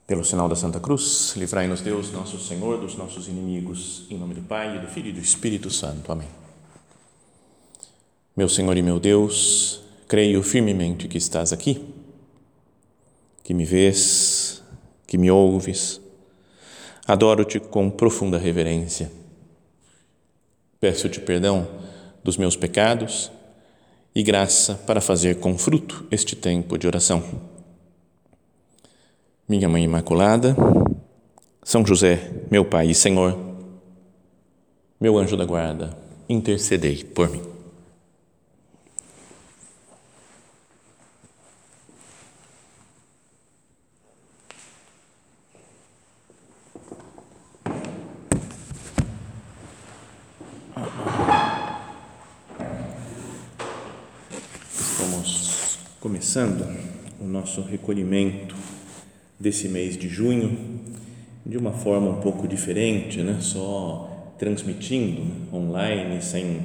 Pelo sinal da Santa Cruz, livrai-nos Deus, nosso Senhor, dos nossos inimigos, em nome do Pai, do Filho e do Espírito Santo. Amém. Meu Senhor e meu Deus, creio firmemente que estás aqui, que me vês, que me ouves. Adoro-te com profunda reverência. Peço-te perdão dos meus pecados e graça para fazer com fruto este tempo de oração. Minha Mãe Imaculada, São José, meu Pai e Senhor, meu anjo da guarda, intercedei por mim. Estamos começando o nosso recolhimento desse mês de junho de uma forma um pouco diferente, né? Só transmitindo online, sem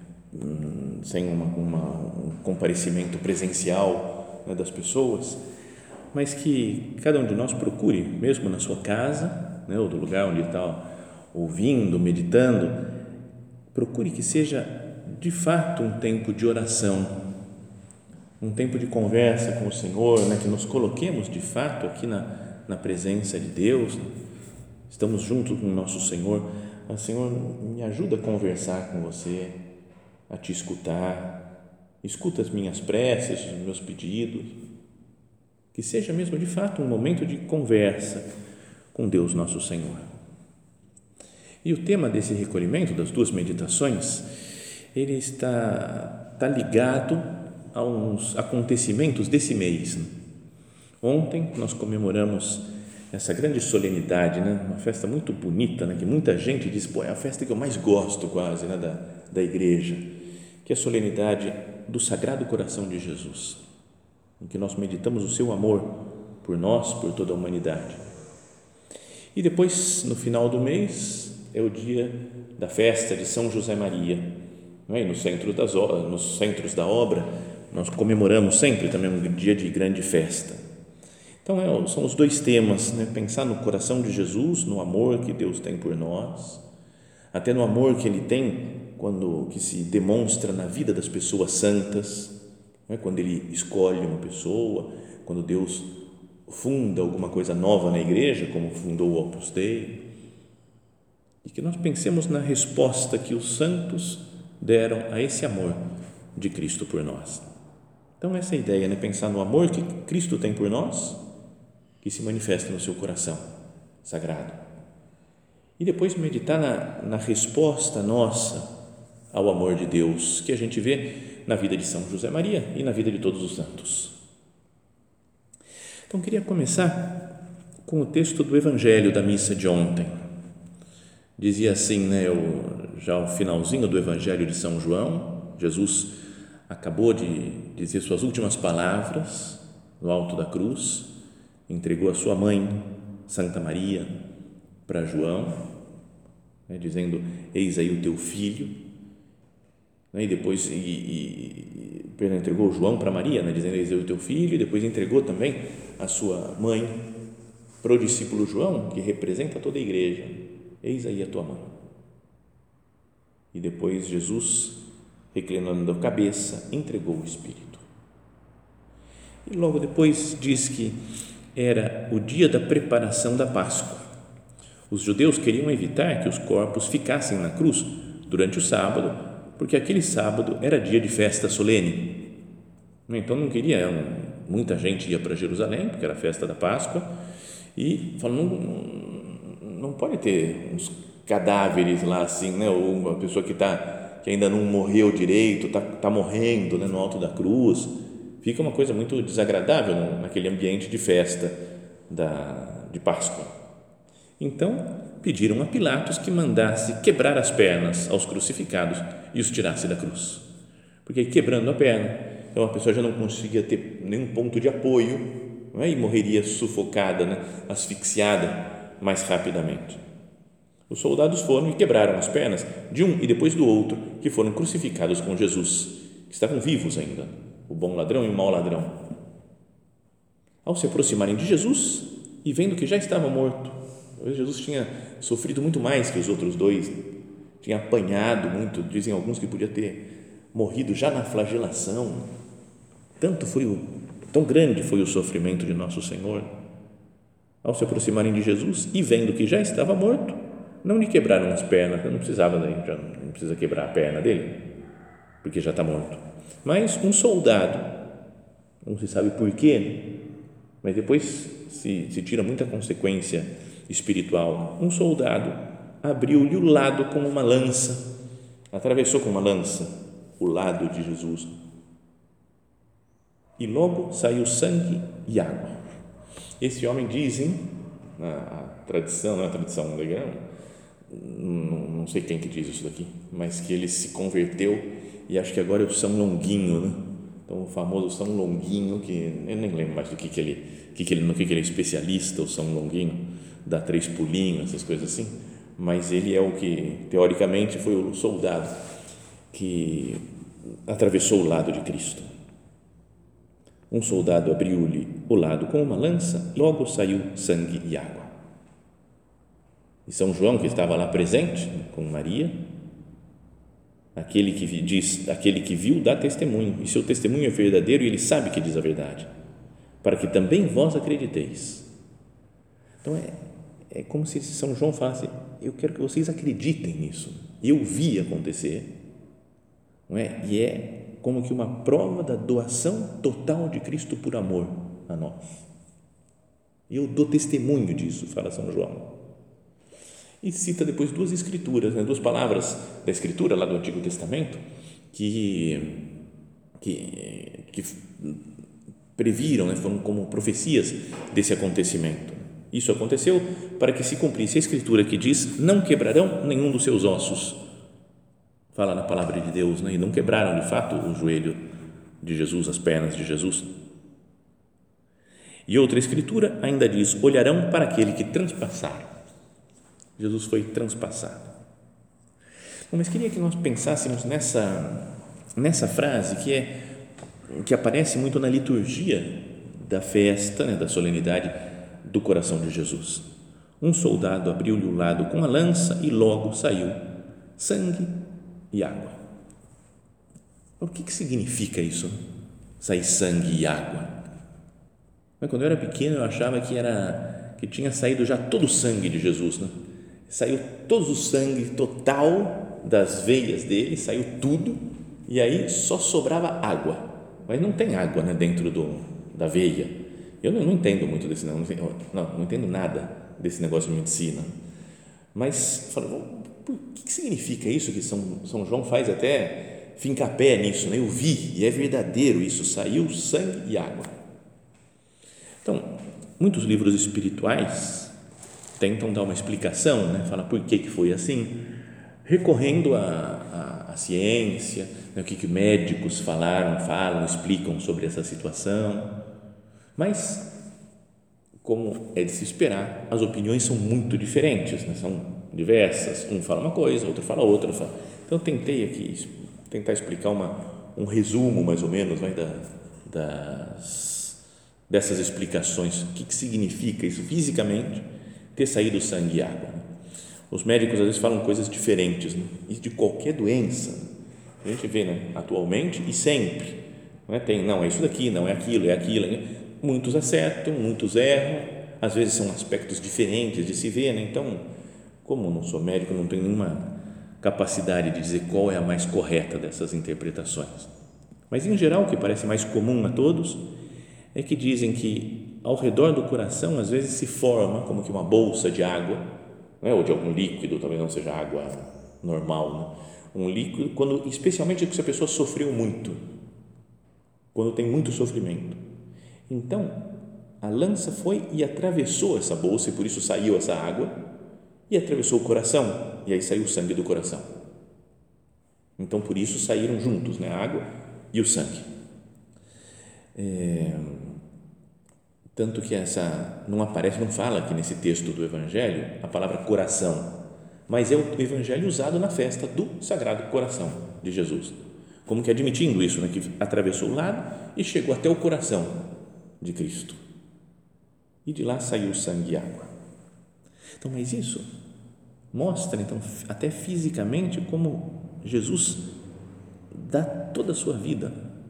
um comparecimento presencial, né, das pessoas, mas que cada um de nós procure, mesmo na sua casa, né, ou do lugar onde está ouvindo, meditando, procure que seja de fato um tempo de oração, um tempo de conversa com o Senhor, né, que nos coloquemos de fato aqui na presença de Deus, estamos juntos com o nosso Senhor. O Senhor, me ajuda a conversar com você, a te escutar, escuta as minhas preces, os meus pedidos, que seja mesmo de fato um momento de conversa com Deus nosso Senhor. E o tema desse recolhimento, das duas meditações, ele está ligado a uns acontecimentos desse mês. Ontem nós comemoramos essa grande solenidade, né? Uma festa muito bonita, né? Que muita gente diz, é a festa que eu mais gosto quase, né? da igreja, que é a solenidade do Sagrado Coração de Jesus, em que nós meditamos o seu amor por nós, por toda a humanidade. E depois, no final do mês, é o dia da festa de São José Maria, não é? Nos centros da obra, nós comemoramos sempre também um dia de grande festa. Então, são os dois temas, né? Pensar no coração de Jesus, no amor que Deus tem por nós, até no amor que Ele tem que se demonstra na vida das pessoas santas, né? Quando Ele escolhe uma pessoa, quando Deus funda alguma coisa nova na igreja, como fundou o Opus Dei, e que nós pensemos na resposta que os santos deram a esse amor de Cristo por nós. Então, essa é a ideia, né? Pensar no amor que Cristo tem por nós, que se manifesta no seu coração sagrado. E depois meditar na resposta nossa ao amor de Deus, que a gente vê na vida de São José Maria e na vida de todos os santos. Então, queria começar com o texto do Evangelho da missa de ontem. Dizia assim, né? Já o finalzinho do Evangelho de São João, Jesus acabou de dizer suas últimas palavras no alto da cruz, entregou a sua mãe, Santa Maria, para João, né, dizendo, eis aí o teu filho, né, e depois entregou João para Maria, né, dizendo, eis aí o teu filho, e depois entregou também a sua mãe para o discípulo João, que representa toda a igreja, eis aí a tua mãe. E depois Jesus, reclinando a cabeça, entregou o Espírito. E logo depois diz que era o dia da preparação da Páscoa. Os judeus queriam evitar que os corpos ficassem na cruz durante o sábado, porque aquele sábado era dia de festa solene. Então não queria, muita gente ia para Jerusalém, porque era a festa da Páscoa, e falou, não pode ter uns cadáveres lá assim, né? Ou uma pessoa que ainda não morreu direito, está morrendo, né, no alto da cruz, fica uma coisa muito desagradável naquele ambiente de festa de Páscoa. Então, pediram a Pilatos que mandasse quebrar as pernas aos crucificados e os tirasse da cruz, porque quebrando a perna, então a pessoa já não conseguia ter nenhum ponto de apoio, não é? E morreria sufocada, né, asfixiada mais rapidamente. Os soldados foram e quebraram as pernas de um e depois do outro, que foram crucificados com Jesus, que estavam vivos ainda, o bom ladrão e o mau ladrão. Ao se aproximarem de Jesus, e vendo que já estava morto, Jesus tinha sofrido muito mais que os outros dois, tinha apanhado muito, dizem alguns que podia ter morrido já na flagelação, tão grande foi o sofrimento de nosso Senhor. Ao se aproximarem de Jesus e vendo que já estava morto, não lhe quebraram as pernas, não precisava daí, já não precisa quebrar a perna dele, porque já está morto. Mas um soldado, não se sabe porquê, mas depois se tira muita consequência espiritual. Um soldado abriu-lhe o lado com uma lança, atravessou com uma lança o lado de Jesus, e logo saiu sangue e água. Esse homem, dizem, a tradição, não é a tradição legal, não sei quem que diz isso daqui, mas que ele se converteu e acho que agora é o São Longuinho, né? Então o famoso São Longuinho, que eu nem lembro mais no que ele é especialista, o São Longuinho, dá 3 pulinhos, essas coisas assim, mas ele é o que teoricamente foi o soldado que atravessou o lado de Cristo. Um soldado abriu-lhe o lado com uma lança, logo saiu sangue e água. E São João, que estava lá presente com Maria, aquele que viu dá testemunho, e seu testemunho é verdadeiro e ele sabe que diz a verdade, para que também vós acrediteis. Então é como se São João falasse: eu quero que vocês acreditem nisso, eu vi acontecer, não é? E é como que uma prova da doação total de Cristo por amor a nós. Eu dou testemunho disso, fala São João. E cita depois 2 escrituras, 2 palavras da escritura lá do Antigo Testamento que previram, foram como profecias desse acontecimento. Isso aconteceu para que se cumprisse a escritura que diz: não quebrarão nenhum dos seus ossos. Fala na palavra de Deus, e não quebraram de fato o joelho de Jesus, as pernas de Jesus. E outra escritura ainda diz: olharão para aquele que transpassaram. Jesus foi transpassado. Bom, mas queria que nós pensássemos nessa frase que aparece muito na liturgia da festa, da solenidade do coração de Jesus. Um soldado abriu-lhe o lado com a lança e logo saiu sangue e água. O que significa isso? Sair sangue e água? Quando eu era pequeno eu achava que tinha saído já todo o sangue de Jesus, Saiu todo o sangue total das veias dele, saiu tudo, e aí só sobrava água, mas não tem água dentro da veia. Eu não entendo muito desse, não entendo nada desse negócio de medicina, mas falo, por que significa isso que São João faz até fincar pé nisso, Eu vi e é verdadeiro isso, saiu sangue e água. Então, muitos livros espirituais tentam dar uma explicação, fala por que foi assim, recorrendo à ciência, o que médicos falam, explicam sobre essa situação, mas como é de se esperar, as opiniões são muito diferentes, são diversas, um fala uma coisa, outro fala outra, então tentei aqui tentar explicar um resumo mais ou menos dessas explicações, o que significa isso fisicamente, ter saído sangue e água. Os médicos às vezes falam coisas diferentes, e de qualquer doença, a gente vê atualmente e sempre, é isso daqui, não é aquilo, muitos acertam, muitos erram, às vezes são aspectos diferentes de se ver, então, como eu não sou médico, não tenho nenhuma capacidade de dizer qual é a mais correta dessas interpretações, mas em geral o que parece mais comum a todos é que dizem que ao redor do coração às vezes se forma como que uma bolsa de água, ou de algum líquido, talvez não seja água normal, um líquido, especialmente se a pessoa sofreu muito, quando tem muito sofrimento. Então a lança foi e atravessou essa bolsa e por isso saiu essa água e atravessou o coração e aí saiu o sangue do coração. Então por isso saíram juntos, a água e o sangue. Tanto que não fala aqui nesse texto do Evangelho a palavra coração, mas é o Evangelho usado na festa do Sagrado Coração de Jesus, como que admitindo isso, que atravessou o lado e chegou até o coração de Cristo. e de lá saiu sangue e água. Então, mas isso mostra, então, até fisicamente, como Jesus dá toda a sua vida,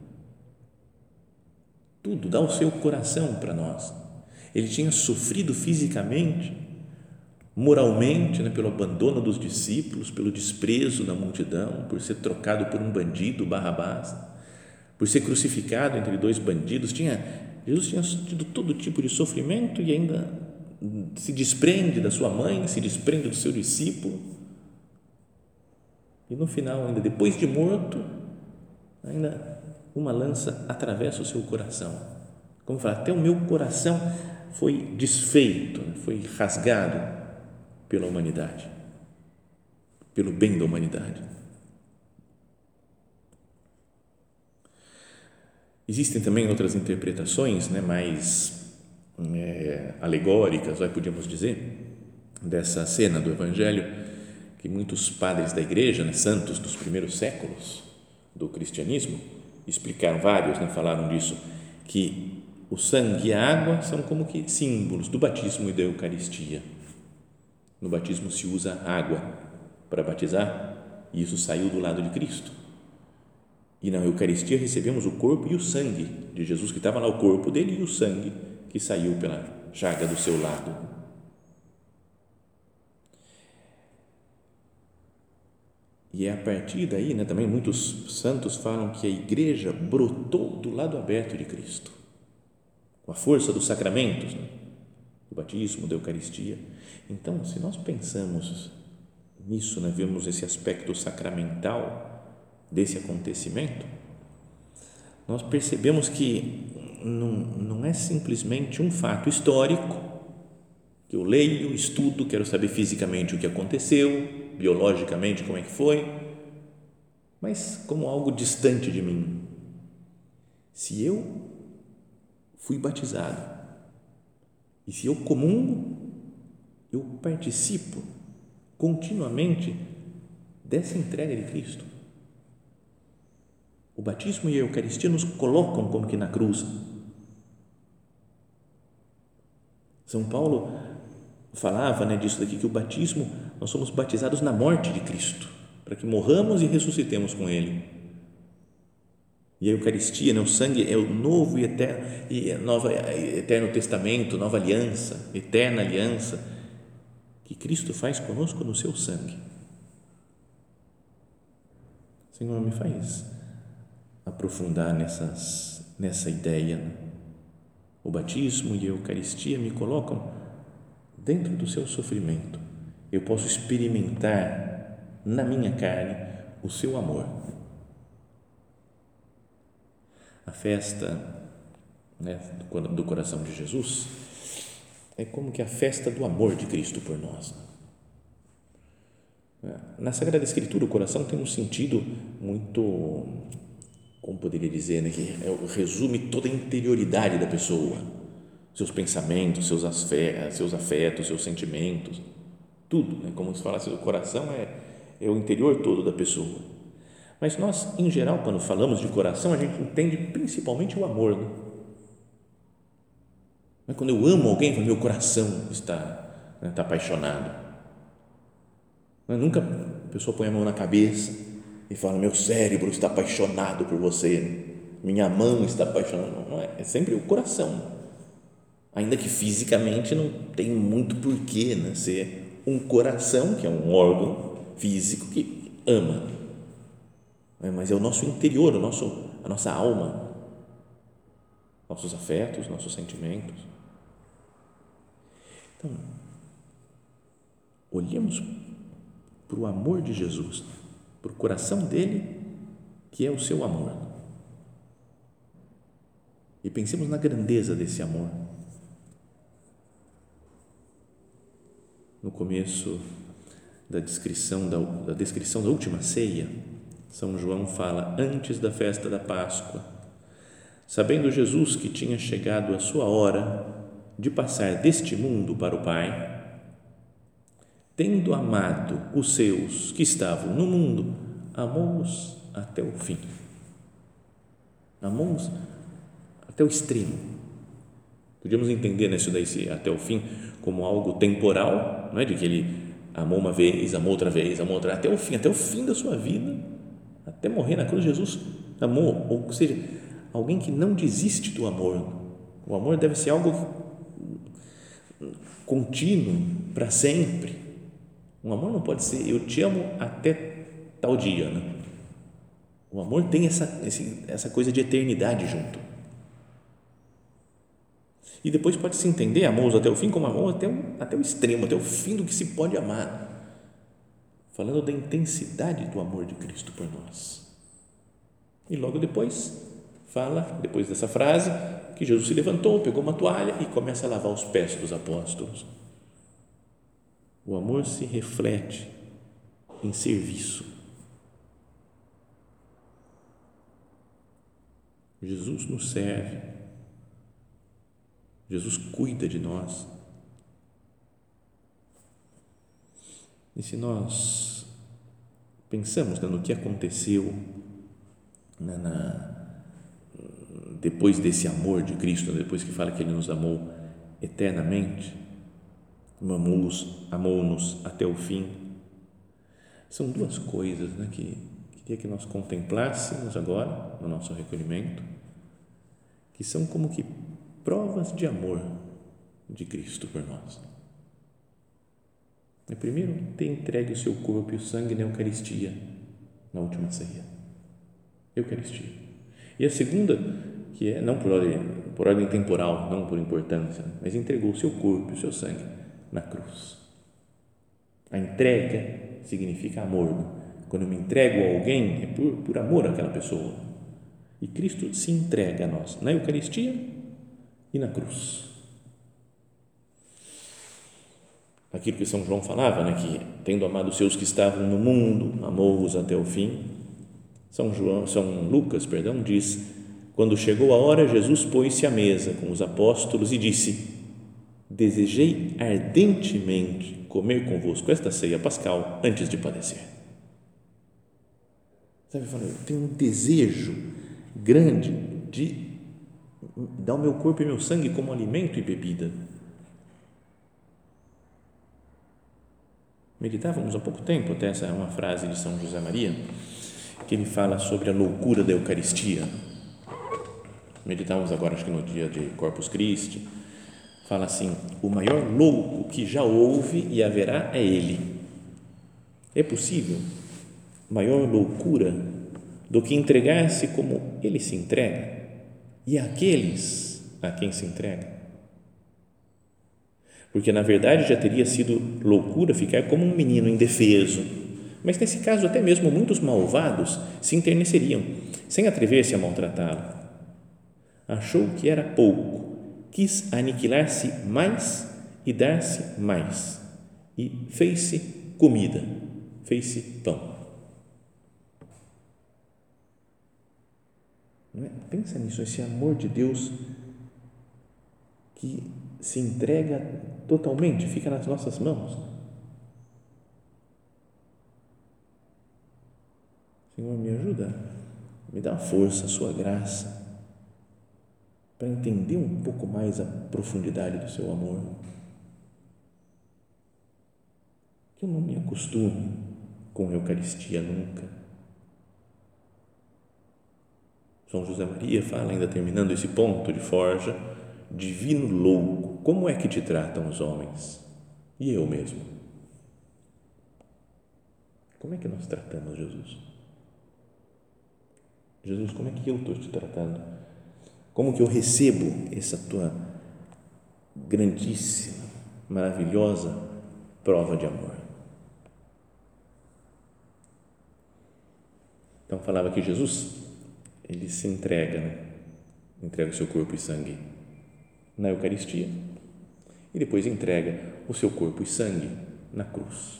tudo, dá o seu coração para nós. Ele tinha sofrido fisicamente, moralmente, pelo abandono dos discípulos, pelo desprezo da multidão, por ser trocado por um bandido, Barrabás, por ser crucificado entre dois bandidos. Jesus tinha tido todo tipo de sofrimento e ainda se desprende da sua mãe, se desprende do seu discípulo, e no final, ainda depois de morto, ainda uma lança atravessa o seu coração. Como falar, até o meu coração foi desfeito, foi rasgado pela humanidade, pelo bem da humanidade. Existem também outras interpretações, mais alegóricas, podíamos dizer, dessa cena do Evangelho, que muitos padres da igreja, santos dos primeiros séculos do cristianismo, explicaram, vários falaram disso, que o sangue e a água são como que símbolos do batismo e da Eucaristia. No batismo se usa água para batizar, e isso saiu do lado de Cristo. E na Eucaristia recebemos o corpo e o sangue de Jesus, que estava lá, o corpo dele, e o sangue que saiu pela chaga do seu lado. E é a partir daí, também muitos santos falam que a igreja brotou do lado aberto de Cristo, com a força dos sacramentos, do batismo, da Eucaristia. Então, se nós pensamos nisso, vemos esse aspecto sacramental desse acontecimento, nós percebemos que não é simplesmente um fato histórico que eu leio, estudo, quero saber fisicamente o que aconteceu, biologicamente como é que foi, mas como algo distante de mim. Se eu fui batizado e se eu comungo, eu participo continuamente dessa entrega de Cristo. O batismo e a Eucaristia nos colocam como que na cruz. São Paulo falava disso daqui, que o batismo, nós somos batizados na morte de Cristo, para que morramos e ressuscitemos com Ele. E a Eucaristia, o sangue é o novo e eterno testamento, nova aliança, eterna aliança, que Cristo faz conosco no seu sangue. Senhor, me faz aprofundar nessa ideia. O batismo e a Eucaristia me colocam dentro do seu sofrimento. Eu posso experimentar na minha carne o seu amor. A festa do coração de Jesus é como que a festa do amor de Cristo por nós. Na Sagrada Escritura, o coração tem um sentido muito, como poderia dizer, que resume toda a interioridade da pessoa, seus pensamentos, seus afetos, seus sentimentos, tudo, como se falasse, o coração é o interior todo da pessoa. Mas nós, em geral, quando falamos de coração, a gente entende principalmente o amor. Mas quando eu amo alguém, meu coração está apaixonado. Mas nunca a pessoa põe a mão na cabeça e fala, meu cérebro está apaixonado por você, minha mão está apaixonada. Não é, é sempre o coração. Ainda que fisicamente não tem muito porquê ser um coração, que é um órgão físico que ama. Mas é o nosso interior, a nossa alma, nossos afetos, nossos sentimentos. Então, olhemos para o amor de Jesus, para o coração dele, que é o seu amor. E pensemos na grandeza desse amor. No começo da descrição da última ceia, São João fala, antes da festa da Páscoa, sabendo Jesus que tinha chegado a sua hora de passar deste mundo para o Pai, tendo amado os seus que estavam no mundo, amou-os até o fim. Amou-os até o extremo. Podíamos entender nisso daí até o fim como algo temporal, não é de que ele amou uma vez, amou outra vez, amou outra, até o fim da sua vida, até morrer na cruz, Jesus amou, ou seja, alguém que não desiste do amor. O amor deve ser algo contínuo, para sempre. Um amor não pode ser eu te amo até tal dia, né? O amor tem essa coisa de eternidade junto. E depois pode se entender amor até o fim como amor até o extremo, até o fim do que se pode amar, falando da intensidade do amor de Cristo por nós. E logo depois fala, depois dessa frase, que Jesus se levantou, pegou uma toalha e começa a lavar os pés dos apóstolos. O amor se reflete em serviço. Jesus nos serve, Jesus cuida de nós. E se nós pensamos no que aconteceu depois desse amor de Cristo, depois que fala que Ele nos amou eternamente, amou-nos até o fim, são duas coisas que queria que nós contemplássemos agora no nosso recolhimento, que são como que provas de amor de Cristo por nós. O primeiro, ter entregue o seu corpo e o sangue na Eucaristia, na última ceia. Eucaristia. E a segunda, que é não por ordem temporal, não por importância, mas entregou o seu corpo e o seu sangue na cruz. A entrega significa amor. Quando eu me entrego a alguém, é por amor àquela pessoa. E Cristo se entrega a nós na Eucaristia e na cruz. Aquilo que São João falava, que tendo amado os seus que estavam no mundo, amou-os até o fim. São Lucas diz: quando chegou a hora, Jesus pôs-se à mesa com os apóstolos e disse: desejei ardentemente comer convosco esta ceia pascal antes de padecer. Sabe, eu tenho um desejo grande de dar o meu corpo e meu sangue como alimento e bebida. Meditávamos há pouco tempo, até essa é uma frase de São José Maria, que ele fala sobre a loucura da Eucaristia. Meditávamos agora, acho que no dia de Corpus Christi, fala assim: o maior louco que já houve e haverá é Ele. É possível maior loucura do que entregar-se como Ele se entrega e àqueles a quem se entrega? Porque na verdade já teria sido loucura ficar como um menino indefeso, mas nesse caso até mesmo muitos malvados se enterneceriam sem atrever-se a maltratá-lo. Achou que era pouco, quis aniquilar-se mais e dar-se mais, e fez-se comida, fez-se pão. Não é? Pensa nisso, esse amor de Deus que se entrega totalmente, fica nas nossas mãos. Senhor, me ajuda, me dá força, a sua graça, para entender um pouco mais a profundidade do seu amor. Que eu não me acostume com a Eucaristia nunca. São José Maria fala, ainda terminando esse ponto de Forja: divino louco, como é que te tratam os homens? E eu mesmo? Como é que nós tratamos Jesus? Jesus, como é que eu estou te tratando? Como que eu recebo essa tua grandíssima, maravilhosa prova de amor? Então falava que Jesus, ele se entrega, entrega o seu corpo e sangue na Eucaristia e depois entrega o seu corpo e sangue na cruz.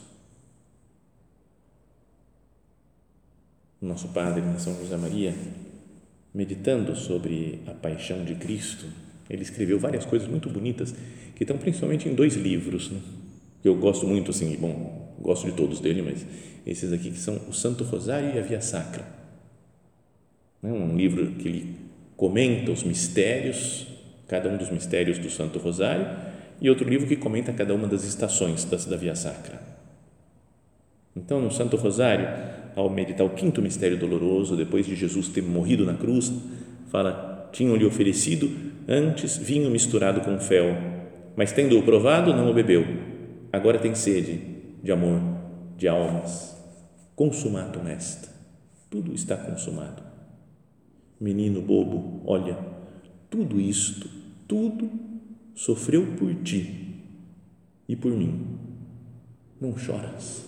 O nosso Padre, São José Maria, meditando sobre a paixão de Cristo, ele escreveu várias coisas muito bonitas que estão principalmente em 2 livros, que eu gosto muito, assim, gosto de todos dele, mas esses aqui que são o Santo Rosário e a Via Sacra. Um livro que ele comenta os mistérios cada um dos mistérios do Santo Rosário, e outro livro que comenta cada uma das estações da Via Sacra. Então, no Santo Rosário, ao meditar o quinto mistério doloroso, depois de Jesus ter morrido na cruz, fala: tinham-lhe oferecido antes vinho misturado com fel, mas tendo-o provado, não o bebeu. Agora tem sede de amor, de almas. Consumatum est. Tudo está consumado. Menino bobo, olha, tudo isto, tudo sofreu por ti e por mim. Não choras?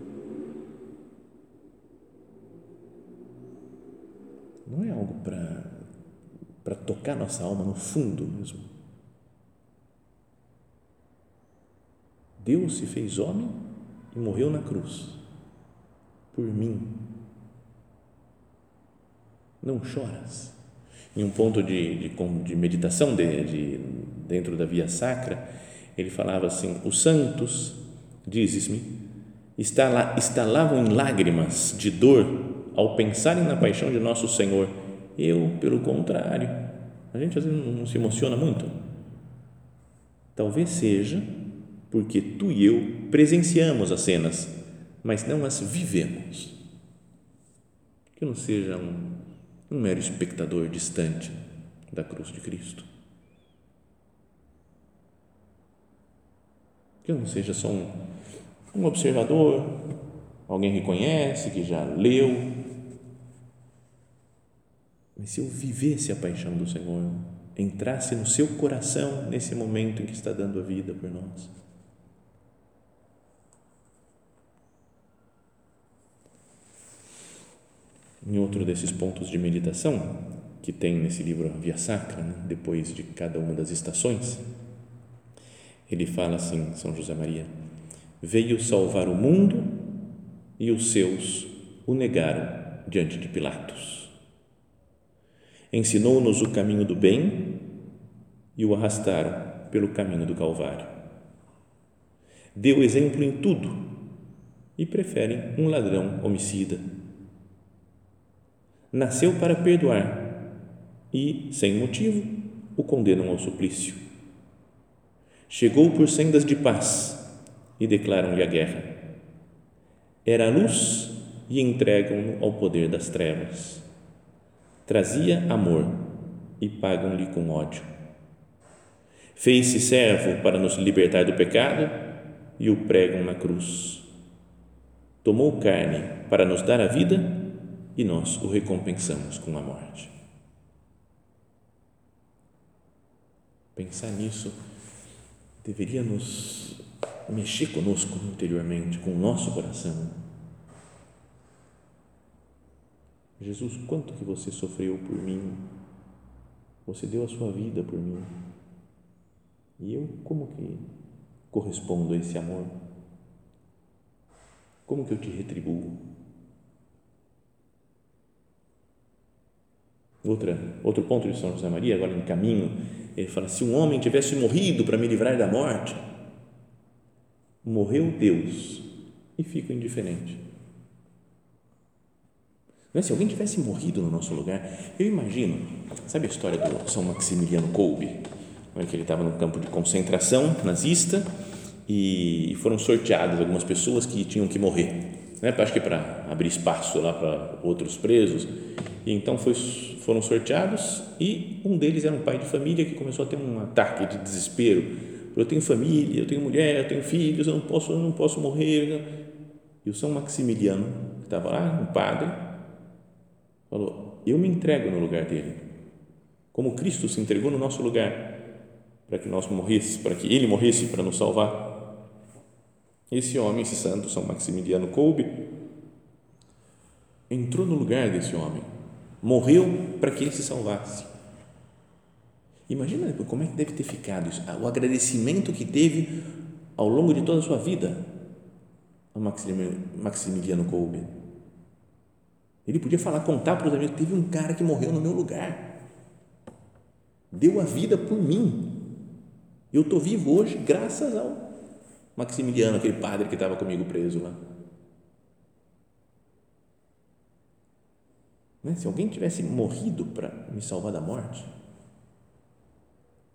Não é algo para tocar nossa alma no fundo mesmo? Deus se fez homem e morreu na cruz por mim. Não choras? Em um ponto de meditação dentro da Via Sacra, ele falava assim: os santos, dizes-me, estalavam em lágrimas de dor ao pensarem na paixão de nosso Senhor. Eu, pelo contrário, a gente às vezes não se emociona muito. Talvez seja porque tu e eu presenciamos as cenas, mas não as vivemos. Que eu não seja um mero espectador distante da cruz de Cristo. Que eu não seja só um observador, alguém que conhece, que já leu. Mas se eu vivesse a paixão do Senhor, entrasse no seu coração nesse momento em que está dando a vida por nós. Em outro desses pontos de meditação que tem nesse livro Via Sacra, né, depois de cada uma das estações, ele fala assim, São José Maria: veio salvar o mundo e os seus o negaram diante de Pilatos. Ensinou-nos o caminho do bem e o arrastaram pelo caminho do Calvário. Deu exemplo em tudo e preferem um ladrão homicida. Nasceu para perdoar e, sem motivo, o condenam ao suplício. Chegou por sendas de paz e declaram-lhe a guerra. Era a luz e entregam-no ao poder das trevas. Trazia amor e pagam-lhe com ódio. Fez-se servo para nos libertar do pecado e o pregam na cruz. Tomou carne para nos dar a vida e nós o recompensamos com a morte. Pensar nisso deveria nos mexer conosco interiormente, com o nosso coração. Jesus, quanto que você sofreu por mim? Você deu a sua vida por mim. E eu, como que correspondo a esse amor? Como que eu te retribuo? Outro ponto de São José Maria, agora em caminho, ele fala: se um homem tivesse morrido para me livrar da morte, morreu Deus e fico indiferente. Mas se alguém tivesse morrido no nosso lugar, eu imagino, sabe a história do São Maximiliano Kolbe, que ele estava num campo de concentração nazista e foram sorteadas algumas pessoas que tinham que morrer, né? Acho que para abrir espaço lá para outros presos. E então foram sorteados e um deles era um pai de família que começou a ter um ataque de desespero. Eu tenho família, eu tenho mulher, eu tenho filhos, eu não posso morrer. E o São Maximiliano, que estava lá, um padre, falou: eu me entrego no lugar dele, como Cristo se entregou no nosso lugar, para que nós morresse, para que ele morresse para nos salvar. Esse homem, esse santo, São Maximiliano Kolbe, entrou no lugar desse homem, morreu para que ele se salvasse. Imagina como é que deve ter ficado isso, o agradecimento que teve ao longo de toda a sua vida a Maximiliano Kolbe. Ele podia contar para os amigos: teve um cara que morreu no meu lugar, deu a vida por mim, eu estou vivo hoje graças ao Maximiliano, aquele padre que estava comigo preso lá. Se alguém tivesse morrido para me salvar da morte,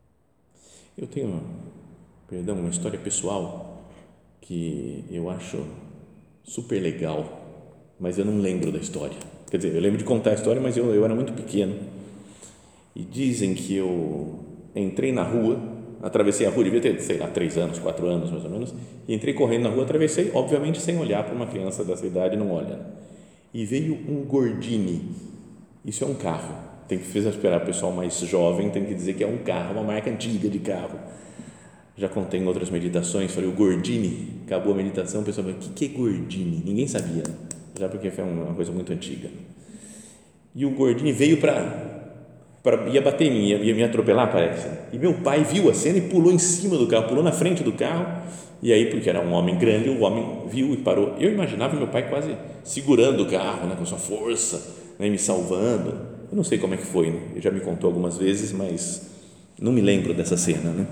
Eu tenho, perdão, uma história pessoal que eu acho super legal, mas eu não lembro da história. Quer dizer, eu lembro de contar a história, mas eu era muito pequeno. E dizem que eu entrei na rua, atravessei a rua, devia ter, sei lá, 3 anos, 4 anos mais ou menos, e entrei correndo na rua, atravessei, obviamente sem olhar para uma criança dessa idade, não olha. E veio um Gordini, isso é um carro, tem que esperar o pessoal mais jovem, tem que dizer que é um carro, uma marca antiga de carro. Já contei em outras meditações, falei o Gordini, acabou a meditação, o pessoal falou, o que é Gordini? Ninguém sabia, já porque foi uma coisa muito antiga. E o Gordini veio ia bater em mim, ia me atropelar, parece. E meu pai viu a cena e pulou em cima do carro, pulou na frente do carro, e aí, porque era um homem grande, o homem viu e parou. Eu imaginava meu pai quase segurando o carro, né, com sua força, né, me salvando. Eu não sei como é que foi, né? Ele já me contou algumas vezes, mas não me lembro dessa cena, né?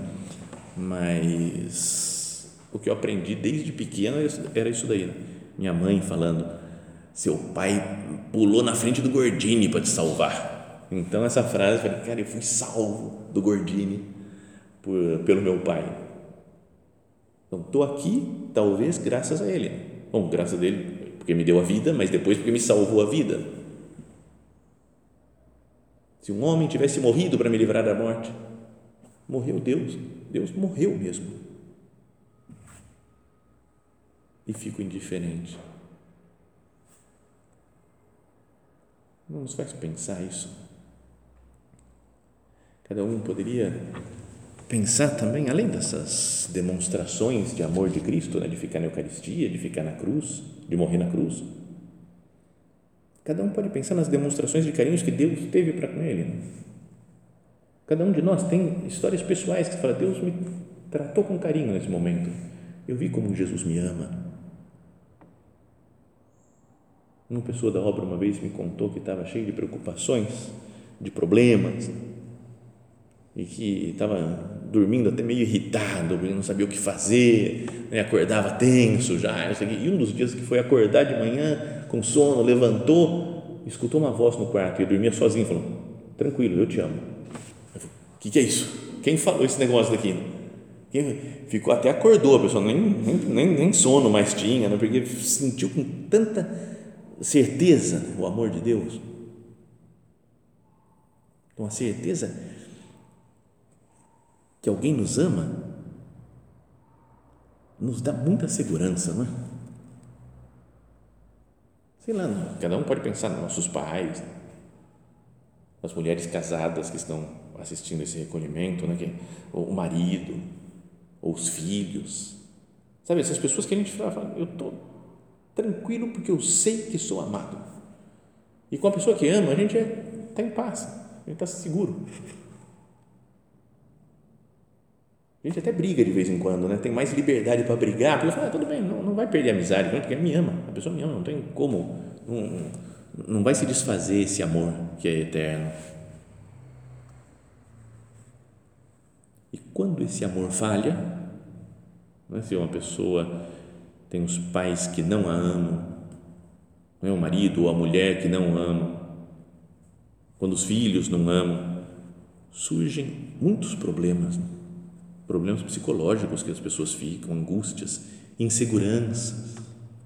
Mas o que eu aprendi desde pequeno era isso daí, né? Minha mãe falando, seu pai pulou na frente do Gordini para te salvar. Então essa frase, eu falei, cara, eu fui salvo do Gordini pelo meu pai. Então estou aqui talvez graças a ele. Bom, graças a ele porque me deu a vida, mas depois porque me salvou a vida. Se um homem tivesse morrido para me livrar da morte, morreu Deus morreu mesmo. E fico indiferente. Não nos faz pensar isso? Cada um poderia pensar também, além dessas demonstrações de amor de Cristo, né, de ficar na Eucaristia, de ficar na cruz, de morrer na cruz, cada um pode pensar nas demonstrações de carinhos que Deus teve para com ele. Né? Cada um de nós tem histórias pessoais que fala, Deus me tratou com carinho nesse momento, eu vi como Jesus me ama. Uma pessoa da obra uma vez me contou que estava cheio de preocupações, de problemas, e que estava dormindo até meio irritado, porque não sabia o que fazer, né? Acordava tenso já, e um dos dias que foi acordar de manhã com sono, levantou, escutou uma voz no quarto, e dormia sozinho, falou, tranquilo, eu te amo. Eu falei, o que é isso? Quem falou esse negócio daqui? Ficou, até acordou, a pessoa nem sono mais tinha, né? Porque sentiu com tanta certeza o amor de Deus. Então a certeza que alguém nos ama nos dá muita segurança, não é? Sei lá, cada um pode pensar nos nossos pais, as mulheres casadas que estão assistindo esse recolhimento, né? Ou o marido, ou os filhos, sabe, essas pessoas que a gente fala, eu estou tranquilo porque eu sei que sou amado. E com a pessoa que ama, a gente está em paz, a gente está seguro. A gente até briga de vez em quando, né? Tem mais liberdade para brigar, porque fala, tudo bem, não vai perder a amizade, porque me ama, a pessoa me ama, não tem como, não vai se desfazer esse amor que é eterno. E quando esse amor falha, né? Se uma pessoa tem os pais que não a amam, né? O marido ou a mulher que não amam, quando os filhos não amam, surgem muitos problemas, né? Problemas psicológicos que as pessoas ficam, angústias, inseguranças.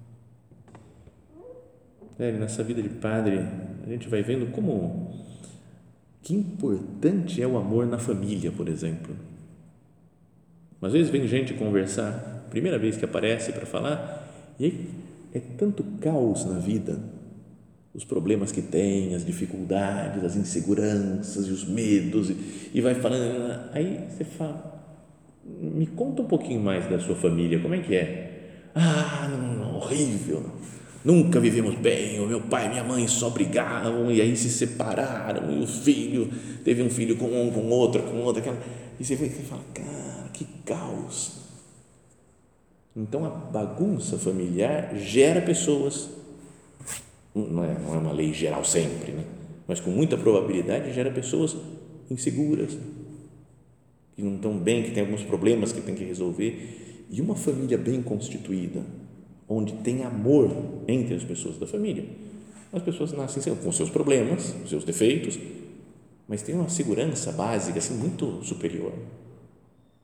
Nessa vida de padre, a gente vai vendo como que importante é o amor na família, por exemplo. Às vezes vem gente conversar, primeira vez que aparece para falar, e aí é tanto caos na vida, os problemas que tem, as dificuldades, as inseguranças e os medos, e vai falando, aí você fala, me conta um pouquinho mais da sua família, como é que é? Não, horrível, nunca vivemos bem, o meu pai e minha mãe só brigavam e aí se separaram, e o filho, teve um filho com um, com outro, e você fala, cara, que caos. Então a bagunça familiar gera pessoas, não é uma lei geral sempre, né? Mas com muita probabilidade gera pessoas inseguras, que não estão bem, que tem alguns problemas que tem que resolver. E uma família bem constituída, onde tem amor entre as pessoas da família, as pessoas nascem com seus problemas, seus defeitos, mas tem uma segurança básica assim, muito superior.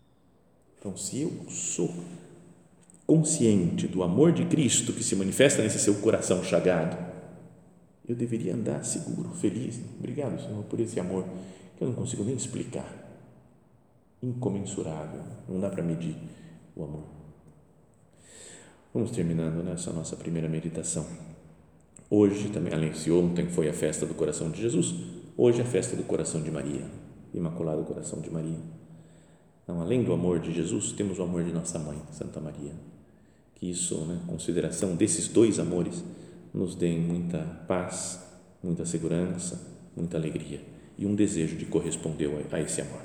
Então, se eu sou consciente do amor de Cristo que se manifesta nesse seu coração chagado, eu deveria andar seguro, feliz. Obrigado, Senhor, por esse amor que eu não consigo nem explicar, incomensurável, não dá para medir o amor. Vamos terminando nessa nossa primeira meditação. Hoje também, além de ontem foi a festa do coração de Jesus, hoje é a festa do coração de Maria, Imaculado Coração de Maria. Então, além do amor de Jesus, temos o amor de nossa mãe, Santa Maria. Que isso, consideração desses dois amores, nos dê muita paz, muita segurança, muita alegria e um desejo de corresponder a esse amor.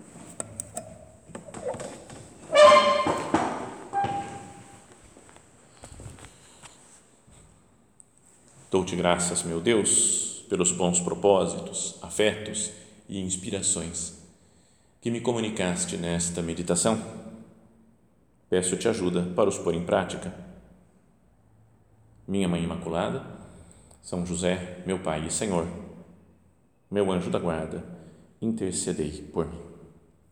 Dou-te graças, meu Deus, pelos bons propósitos, afetos e inspirações que me comunicaste nesta meditação. Peço-te ajuda para os pôr em prática. Minha Mãe Imaculada, São José, meu Pai e Senhor, meu anjo da guarda, intercedei por mim.